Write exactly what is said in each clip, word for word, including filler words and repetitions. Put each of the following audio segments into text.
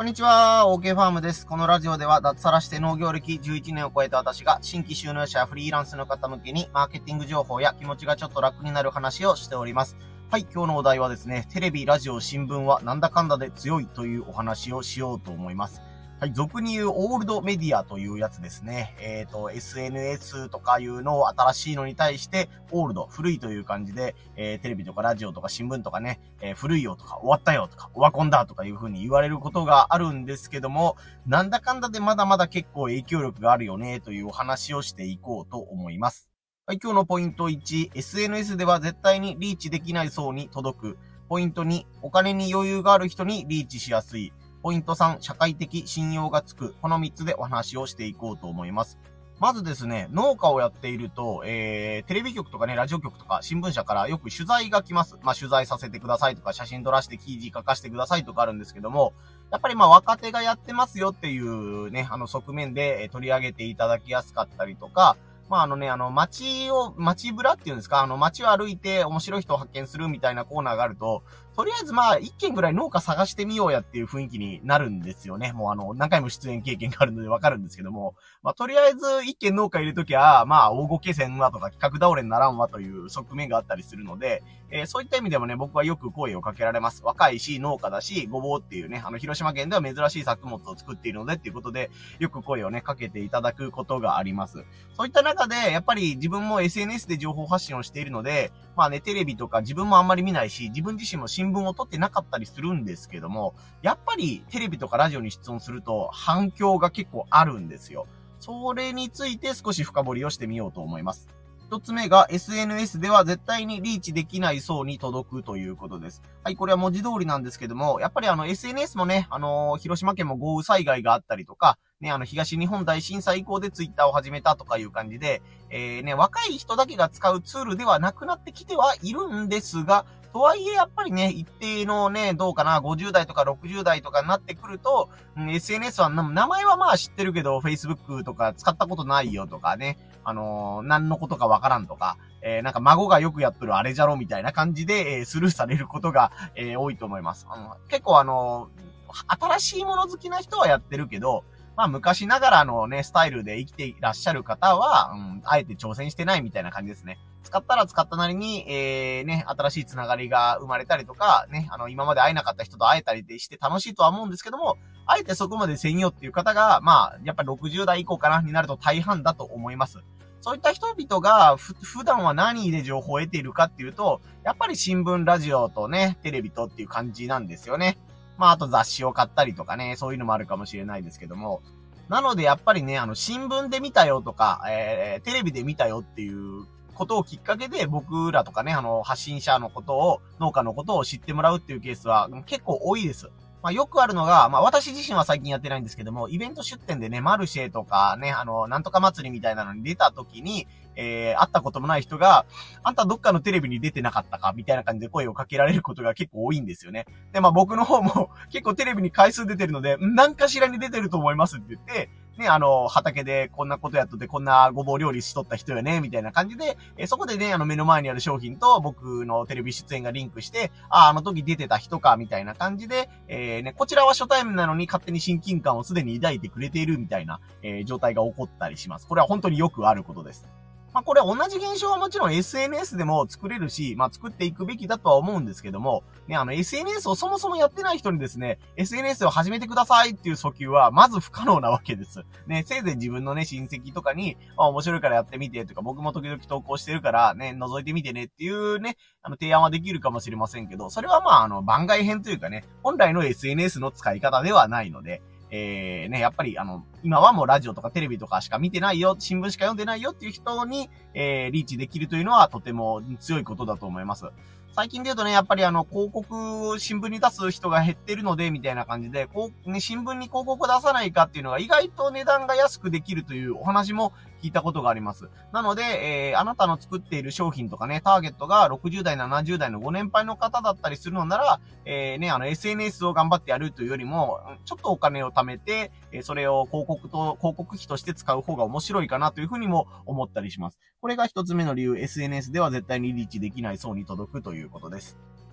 こんにちは、OK ファームです。このラジオでは脱サラして農業歴じゅういちねんを超えた私が新規収入者やフリーランスの方向けにマーケティング情報や気持ちがちょっと楽になる話をしております。はい、今日のお題はですね、テレビ、ラジオ、新聞はなんだかんだで強いというお話をしようと思います。はい、俗に言うオールドメディアというやつですね。えっと、エスエヌエス とかいうのを新しいのに対して、オールド、古いという感じで、えー、テレビとかラジオとか新聞とかね、えー、古いよとか終わったよとか、オワコンだとかいう風に言われることがあるんですけども、なんだかんだでまだまだ結構影響力があるよねというお話をしていこうと思います。はい、今日のポイントいち、エスエヌエス では絶対にリーチできない層に届く。ポイントに、お金に余裕がある人にリーチしやすい。ポイントさん、社会的信用がつく。このみっつでお話をしていこうと思います。まずですね、農家をやっていると、えー、テレビ局とかね、ラジオ局とか新聞社からよく取材が来ます。まあ、取材させてくださいとか、写真撮らせて記事書かせてくださいとかあるんですけども、やっぱりまあ、若手がやってますよっていうね、あの側面で取り上げていただきやすかったりとか、まああのね、あの街を、街ブラっていうんですか、あの街を歩いて面白い人を発見するみたいなコーナーがあると、とりあえずまあ一軒ぐらい農家探してみようやっていう雰囲気になるんですよね。もうあの何回も出演経験があるのでわかるんですけども、まあとりあえず一軒農家いるときは、まあ大ごけせんわとか企画倒れにならんわという側面があったりするので、えー、そういった意味でもね、僕はよく声をかけられます。若いし農家だし、ごぼうっていうね、あの広島県では珍しい作物を作っているのでっていうことで、よく声をね、かけていただくことがあります。そういった中で、やっぱり自分も エスエヌエス で情報発信をしているので、まあね、テレビとか自分もあんまり見ないし、自分自身も新聞を撮ってなかったりするんですけども、やっぱりテレビとかラジオに出演すると反響が結構あるんですよ。それについて少し深掘りをしてみようと思います。一つ目が エスエヌエス では絶対にリーチできない層に届くということです。はい、これは文字通りなんですけども、やっぱりあの エスエヌエス もね、あのー、広島県も豪雨災害があったりとか、ね、あの東日本大震災以降でツイッターを始めたとかいう感じで、えー、ね、若い人だけが使うツールではなくなってきてはいるんですが、とはいえやっぱりね、一定のね、どうかな、ごじゅう代とかろくじゅう代とかになってくると、うん、エスエヌエス は名前はまあ知ってるけど、Facebook とか使ったことないよとかね、あのー、何のことかわからんとか、えー、なんか孫がよくやってるあれじゃろみたいな感じで、えー、スルーされることが、えー、多いと思います。あの結構あのー、新しいもの好きな人はやってるけど、まあ昔ながらのね、スタイルで生きていらっしゃる方は、うん、あえて挑戦してないみたいな感じですね。使ったら使ったなりに、えー、ね、新しいつながりが生まれたりとか、ね、あの、今まで会えなかった人と会えたりして楽しいとは思うんですけども、あえてそこまでせんよっていう方が、まあ、やっぱりろくじゅう代以降かな、になると大半だと思います。そういった人々が、ふ、普段は何で情報を得ているかっていうと、やっぱり新聞、ラジオとね、テレビとっていう感じなんですよね。まあ、あと雑誌を買ったりとかね、そういうのもあるかもしれないですけども。なので、やっぱりね、あの、新聞で見たよとか、えー、テレビで見たよっていうことをきっかけで、僕らとかね、あの、発信者のことを、農家のことを知ってもらうっていうケースは結構多いです。まあ、よくあるのが、まあ、私自身は最近やってないんですけども、イベント出店でね、マルシェとかね、あの、なんとか祭りみたいなのに出た時に、えー、会ったこともない人が、あんたどっかのテレビに出てなかったかみたいな感じで声をかけられることが結構多いんですよね。で、まあ僕の方も結構テレビに回数出てるので、何かしらに出てると思いますって言って、ね、あの、畑でこんなことやっとってこんなごぼう料理しとった人よね、みたいな感じで、えー、そこでね、あの目の前にある商品と僕のテレビ出演がリンクして、あ、あの時出てた人か、みたいな感じで、えー、ね、こちらは初対面なのに勝手に親近感をすでに抱いてくれているみたいな、えー、状態が起こったりします。これは本当によくあることです。まあこれ同じ現象はもちろん エスエヌエス でも作れるし、まあ作っていくべきだとは思うんですけども、ね、あの エスエヌエス をそもそもやってない人にですね、エスエヌエス を始めてくださいっていう訴求はまず不可能なわけです。ね、せいぜい自分のね、親戚とかに、あ、面白いからやってみてとか、僕も時々投稿してるからね、覗いてみてねっていうね、あの提案はできるかもしれませんけど、それはまああの番外編というかね、本来の エスエヌエス の使い方ではないので、えー、ね、やっぱりあの、今はもうラジオとかテレビとかしか見てないよ、新聞しか読んでないよっていう人に、えー、リーチできるというのはとても強いことだと思います。最近で言うとね、やっぱりあの、広告を新聞に出す人が減ってるので、みたいな感じで、こう、ね、新聞に広告を出さないかっていうのが意外と値段が安くできるというお話も聞いたことがあります。なので、えー、あなたの作っている商品とかね、ターゲットがろくじゅう代、ななじゅう代のご年配の方だったりするのなら、えー、ね、あの、エスエヌエス を頑張ってやるというよりも、ちょっとお金を貯めて、それを広告と、広告費として使う方が面白いかなというふうにも思ったりします。これが一つ目の理由、エスエヌエス では絶対にリーチできない層に届くということです。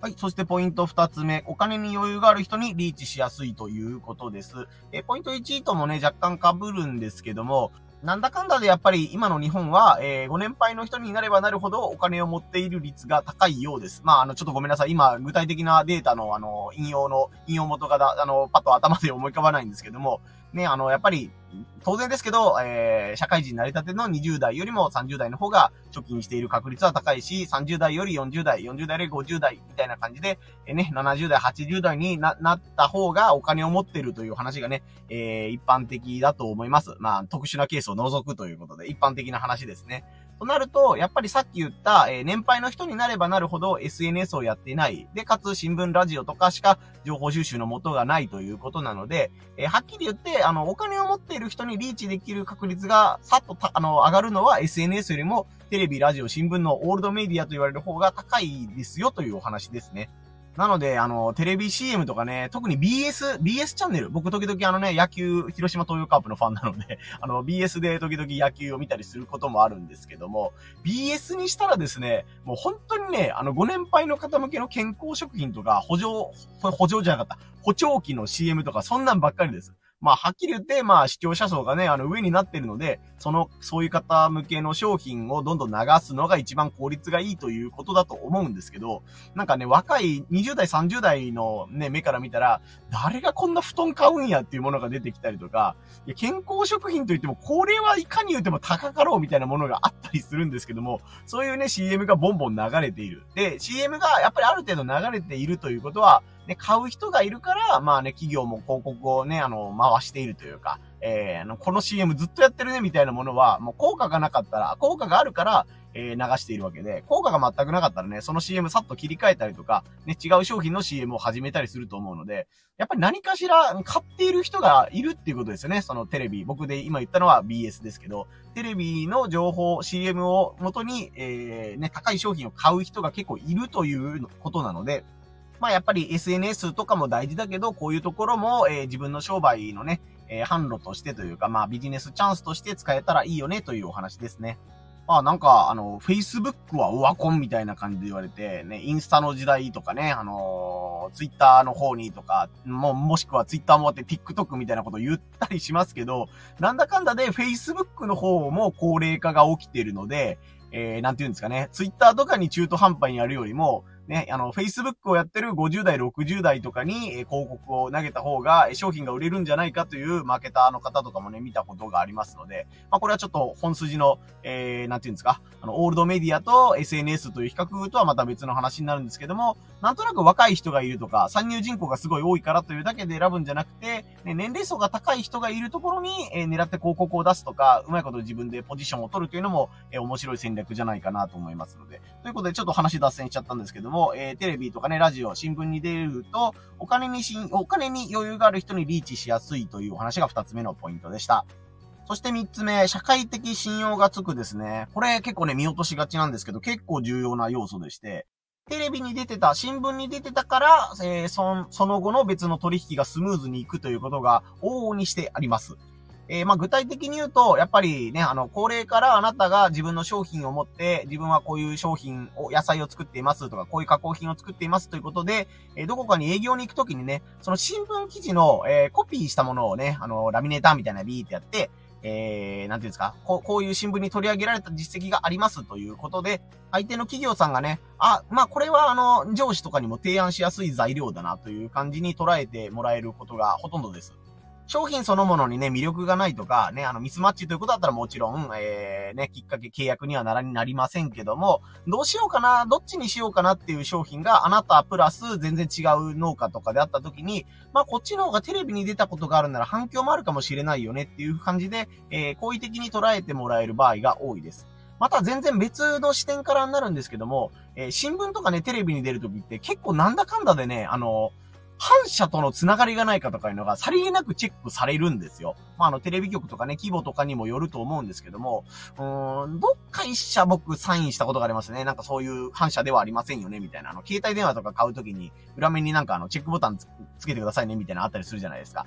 はい。そしてポイント二つ目。お金に余裕がある人にリーチしやすいということです。えー、ポイントいちともね、若干被るんですけども、なんだかんだでやっぱり今の日本は、えー、ご年配の人になればなるほどお金を持っている率が高いようです。まあ、あの、ちょっとごめんなさい。今、具体的なデータの、あの、引用の、引用元がだ、あの、パッと頭で思い浮かばないんですけども、ね、あの、やっぱり、当然ですけど、えー、社会人になりたてのにじゅう代よりもさんじゅう代の方が貯金している確率は高いし、さんじゅう代よりよんじゅう代、よんじゅう代よりごじゅう代みたいな感じで、えー、ね、ななじゅう代、はちじゅう代に な, なった方がお金を持っているという話がね、えー、一般的だと思います。まあ、特殊なケースを除くということで、一般的な話ですね。となると、やっぱりさっき言った、えー、年配の人になればなるほど エスエヌエス をやっていない。で、かつ新聞、ラジオとかしか情報収集の元がないということなので、えー、はっきり言って、あの、お金を持っている人にリーチできる確率がさっとた、あの、上がるのは エスエヌエス よりもテレビ、ラジオ、新聞のオールドメディアと言われる方が高いですよというお話ですね。なので、あの、テレビ シーエム とかね、特に ビーエス、ビーエス チャンネル、僕時々あのね、野球、広島東洋カープのファンなので、あの、ビーエス で時々野球を見たりすることもあるんですけども、ビーエス にしたらですね、もう本当にね、あの、ご年配の方向けの健康食品とか、補助、補助じゃなかった、補聴器の シーエム とか、そんなんばっかりです。まあ、はっきり言って、まあ、視聴者層がね、あの、上になってるので、その、そういう方向けの商品をどんどん流すのが一番効率がいいということだと思うんですけど、なんかね、若いにじゅう代、さんじゅう代のね、目から見たら、誰がこんな布団買うんやっていうものが出てきたりとか、いや健康食品といっても、これはいかに言っても高かろうみたいなものがあったりするんですけども、そういうね、シーエム がボンボン流れている。で、シーエム がやっぱりある程度流れているということは、ね、買う人がいるから、まあね、企業も広告をね、あの、回しているというか、えー、あの、この シーエム ずっとやってるねみたいなものは、もう効果がなかったら、効果があるから、えー、流しているわけで、効果が全くなかったらね、その シーエム さっと切り替えたりとか、ね、違う商品の シーエム を始めたりすると思うので、やっぱり何かしら買っている人がいるっていうことですよね。そのテレビ。僕で今言ったのは ビーエス ですけど、テレビの情報、シーエム を元に、えー、ね、高い商品を買う人が結構いるということなので、まあやっぱり エスエヌエス とかも大事だけど、こういうところも、えー、自分の商売のね、えー、販路としてというか、まあビジネスチャンスとして使えたらいいよねというお話ですね。まあなんか、あの、Facebook はオワコンみたいな感じで言われて、ね、インスタの時代とかね、あのー、Twitter の方にとか、も、もしくは Twitter もあって TikTok みたいなことを言ったりしますけど、なんだかんだで Facebook の方も高齢化が起きているので、えー、なんていうんですかね、Twitter とかに中途半端にやるよりも、ね、あの、Facebook をやってるごじゅう代、ろくじゅう代とかに、えー、広告を投げた方が、えー、商品が売れるんじゃないかというマーケターの方とかもね、見たことがありますので、まあ、これはちょっと本筋の、えー、なんていうんですか、あの、オールドメディアと エスエヌエス という比較とはまた別の話になるんですけども、なんとなく若い人がいるとか、参入人口がすごい多いからというだけで選ぶんじゃなくて、ね、年齢層が高い人がいるところに、えー、狙って広告を出すとか、うまいこと自分でポジションを取るというのも、えー、面白い戦略じゃないかなと思いますので。ということで、ちょっと話脱線しちゃったんですけども、えー、テレビとかね、ラジオ、新聞に出ると、お金にしん、お金に余裕がある人にリーチしやすいというお話が二つ目のポイントでした。そして三つ目、社会的信用がつくですね。これ結構ね、見落としがちなんですけど、結構重要な要素でして、テレビに出てた、新聞に出てたから、えー、そ, その後の別の取引がスムーズにいくということが往々にしてあります。えー、まあ、具体的に言うと、やっぱりね、あの、高齢からあなたが自分の商品を持って、自分はこういう商品を、野菜を作っていますとか、こういう加工品を作っていますということで、えー、どこかに営業に行くときにね、その新聞記事の、えー、コピーしたものをね、あの、ラミネーターみたいなビーってやって、えー、なんていうんですか、こう、こういう新聞に取り上げられた実績がありますということで、相手の企業さんがね、あ、まあ、これはあの、上司とかにも提案しやすい材料だなという感じに捉えてもらえることがほとんどです。商品そのものにね、魅力がないとか、ね、あの、ミスマッチということだったらもちろん、えー、ね、きっかけ、契約にはなら、なりませんけども、どうしようかな、どっちにしようかなっていう商品があなたプラス全然違う農家とかであった時に、まあ、こっちの方がテレビに出たことがあるなら反響もあるかもしれないよねっていう感じで、えー、好意的に捉えてもらえる場合が多いです。また全然別の視点からになるんですけども、えー、新聞とかね、テレビに出るときって結構なんだかんだでね、あの、反社とのつながりがないかとかいうのがさりげなくチェックされるんですよ。まあ、あの、テレビ局とかね、規模とかにもよると思うんですけども、うーん、どっか一社僕サインしたことがありますね。なんかそういう反社ではありませんよね、みたいな。あの、携帯電話とか買うときに、裏面になんかあの、チェックボタン つ, つけてくださいね、みたいなのあったりするじゃないですか。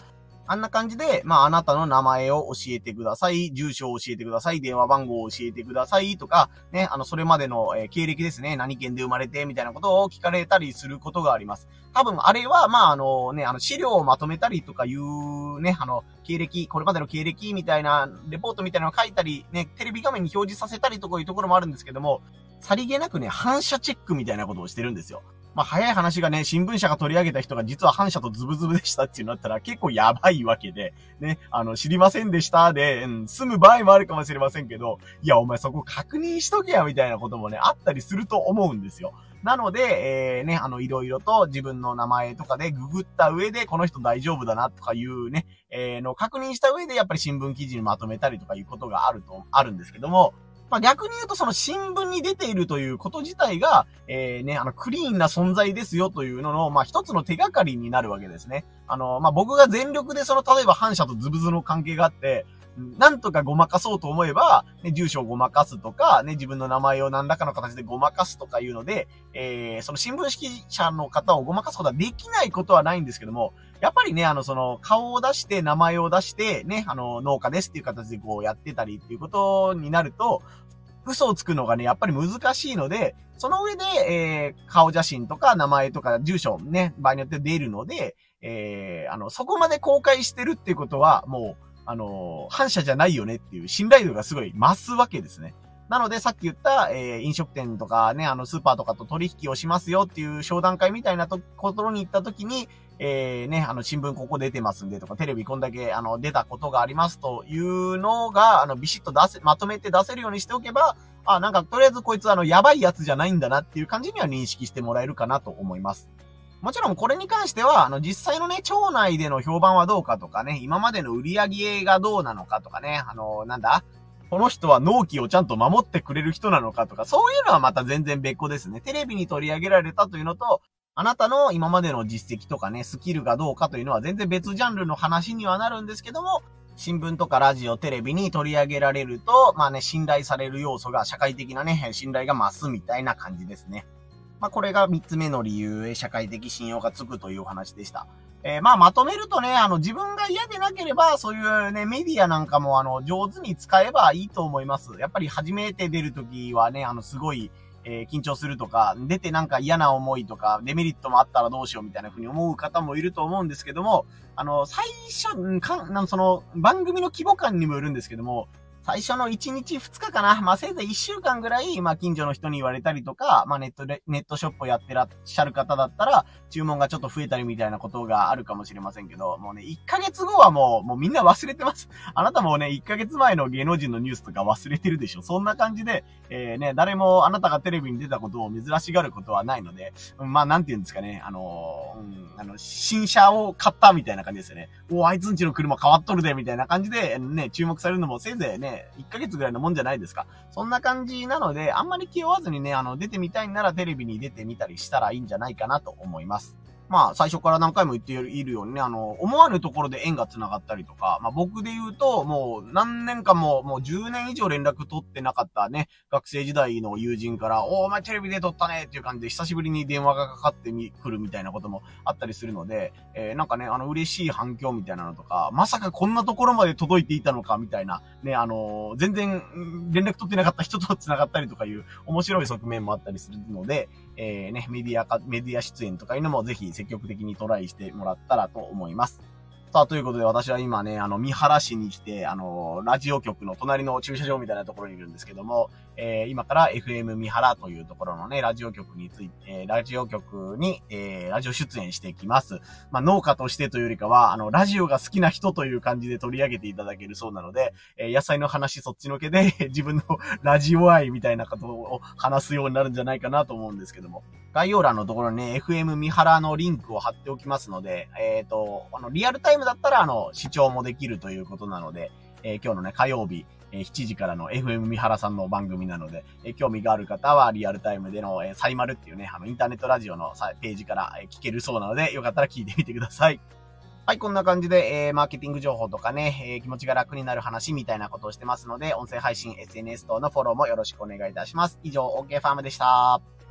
あんな感じで、まあ、あなたの名前を教えてください、住所を教えてください、電話番号を教えてくださいとか、ね、あの、それまでの、えー、経歴ですね、何県で生まれて、みたいなことを聞かれたりすることがあります。多分、あれは、まあ、あのね、あの、資料をまとめたりとかいう、ね、あの、経歴、これまでの経歴みたいな、レポートみたいなのを書いたり、ね、テレビ画面に表示させたりとかいうところもあるんですけども、さりげなくね、反射チェックみたいなことをしてるんですよ。まあ、早い話がね、新聞社が取り上げた人が実は反社とズブズブでしたっていうのだったら結構やばいわけで、ね、あの、知りませんでしたで、うん、済む場合もあるかもしれませんけど、いや、お前そこ確認しとけや、みたいなこともね、あったりすると思うんですよ。なので、えー、ね、あの、いろいろと自分の名前とかでググった上で、この人大丈夫だなとかいうね、えー、のを確認した上で、やっぱり新聞記事にまとめたりとかいうことがあると、あるんですけども、まあ、逆に言うとその新聞に出ているということ自体が、えー、ね、あの、クリーンな存在ですよというのの、まあ、一つの手がかりになるわけですね。あの、まあ、僕が全力でその、例えば反社とズブズブの関係があって、なんとかごまかそうと思えば、ね、住所をごまかすとか、ね、自分の名前を何らかの形でごまかすとかいうので、えー、その新聞記者の方をごまかすことはできないことはないんですけども、やっぱりね、あの、その、顔を出して、名前を出して、ね、あの、農家ですっていう形でこうやってたりっていうことになると、嘘をつくのがね、やっぱり難しいので、その上で、えー、顔写真とか名前とか住所ね、場合によって出るので、えー、あの、そこまで公開してるっていうことは、もう、あのー、反社じゃないよねっていう信頼度がすごい増すわけですね。なので、さっき言った、えー、飲食店とかね、あの、スーパーとかと取引をしますよっていう商談会みたいなところに行った時に、えー、ね、あの、新聞ここ出てますんでとか、テレビこんだけ、あの、出たことがありますというのが、あの、ビシッと出せ、まとめて出せるようにしておけば、あ、なんか、とりあえずこいつあの、やばいやつじゃないんだなっていう感じには認識してもらえるかなと思います。もちろんこれに関しては、あの、実際のね、町内での評判はどうかとかね、今までの売り上げがどうなのかとかね、あの、なんだこの人は納期をちゃんと守ってくれる人なのかとか、そういうのはまた全然別個ですね。テレビに取り上げられたというのと、あなたの今までの実績とかね、スキルがどうかというのは全然別ジャンルの話にはなるんですけども、新聞とかラジオ、テレビに取り上げられると、まあね、信頼される要素が、社会的なね、信頼が増すみたいな感じですね。まあこれが三つ目の理由、社会的信用がつくというお話でした。えー、まあまとめるとね、あの自分が嫌でなければ、そういうね、メディアなんかもあの上手に使えばいいと思います。やっぱり初めて出るときはね、あのすごい、えー、緊張するとか、出てなんか嫌な思いとか、デメリットもあったらどうしようみたいな風に思う方もいると思うんですけども、あの、最初、かん、その、番組の規模感にもよるんですけども、最初のいちにちふつかかな。まあ、せいぜいいっしゅうかんぐらい、まあ、近所の人に言われたりとか、まあ、ネットで、ネットショップをやってらっしゃる方だったら、注文がちょっと増えたりみたいなことがあるかもしれませんけど、もうね、いっかげつごはもう、もうみんな忘れてます。あなたもね、いっかげつまえの芸能人のニュースとか忘れてるでしょ。そんな感じで、えー、ね、誰もあなたがテレビに出たことを珍しがることはないので、まあ、なんて言うんですかね、あのー、うん、あの、新車を買ったみたいな感じですよね。お、あいつんちの車変わっとるで、みたいな感じで、ね、注目されるのもせいぜいね、いっかげつぐらいのもんじゃないですか。そんな感じなので、あんまり気負わずにね、あの、出てみたいならテレビに出てみたりしたらいいんじゃないかなと思います。まあ、最初から何回も言っているようにね、あの、思わぬところで縁が繋がったりとか、まあ僕で言うと、もう何年間も、もうじゅうねん以上連絡取ってなかったね、学生時代の友人から、おー、お前テレビで撮ったねっていう感じで、久しぶりに電話がかかってくるみたいなこともあったりするので、えー、なんかね、あの、嬉しい反響みたいなのとか、まさかこんなところまで届いていたのかみたいな、ね、あのー、全然連絡取ってなかった人と繋がったりとかいう面白い側面もあったりするので、えー、ね、メディアか、メディア出演とかいうのもぜひ積極的にトライしてもらったらと思います。さあ、ということで私は今ね、あの、三原市に来て、あの、ラジオ局の隣の駐車場みたいなところにいるんですけども、えー、今から エフエム 三原というところのね、ラジオ局について、えー、ラジオ局に、えー、ラジオ出演していきます。まあ、農家としてというよりかは、あの、ラジオが好きな人という感じで取り上げていただけるそうなので、えー、野菜の話そっちのけで、自分のラジオ愛みたいなことを話すようになるんじゃないかなと思うんですけども、概要欄のところにね、エフエム 三原のリンクを貼っておきますので、えっと、あの、リアルタイムだったら、あの、視聴もできるということなので、えー、今日のね、火曜日、えー、しちじからの エフエム 三原さんの番組なので、えー、興味がある方はリアルタイムでの、えー、サイマルっていうね、あの、インターネットラジオのページから、えー、聞けるそうなので、よかったら聞いてみてください。はい、こんな感じで、えー、マーケティング情報とかね、えー、気持ちが楽になる話みたいなことをしてますので、音声配信、エスエヌエス 等のフォローもよろしくお願いいたします。以上、OK ファームでした。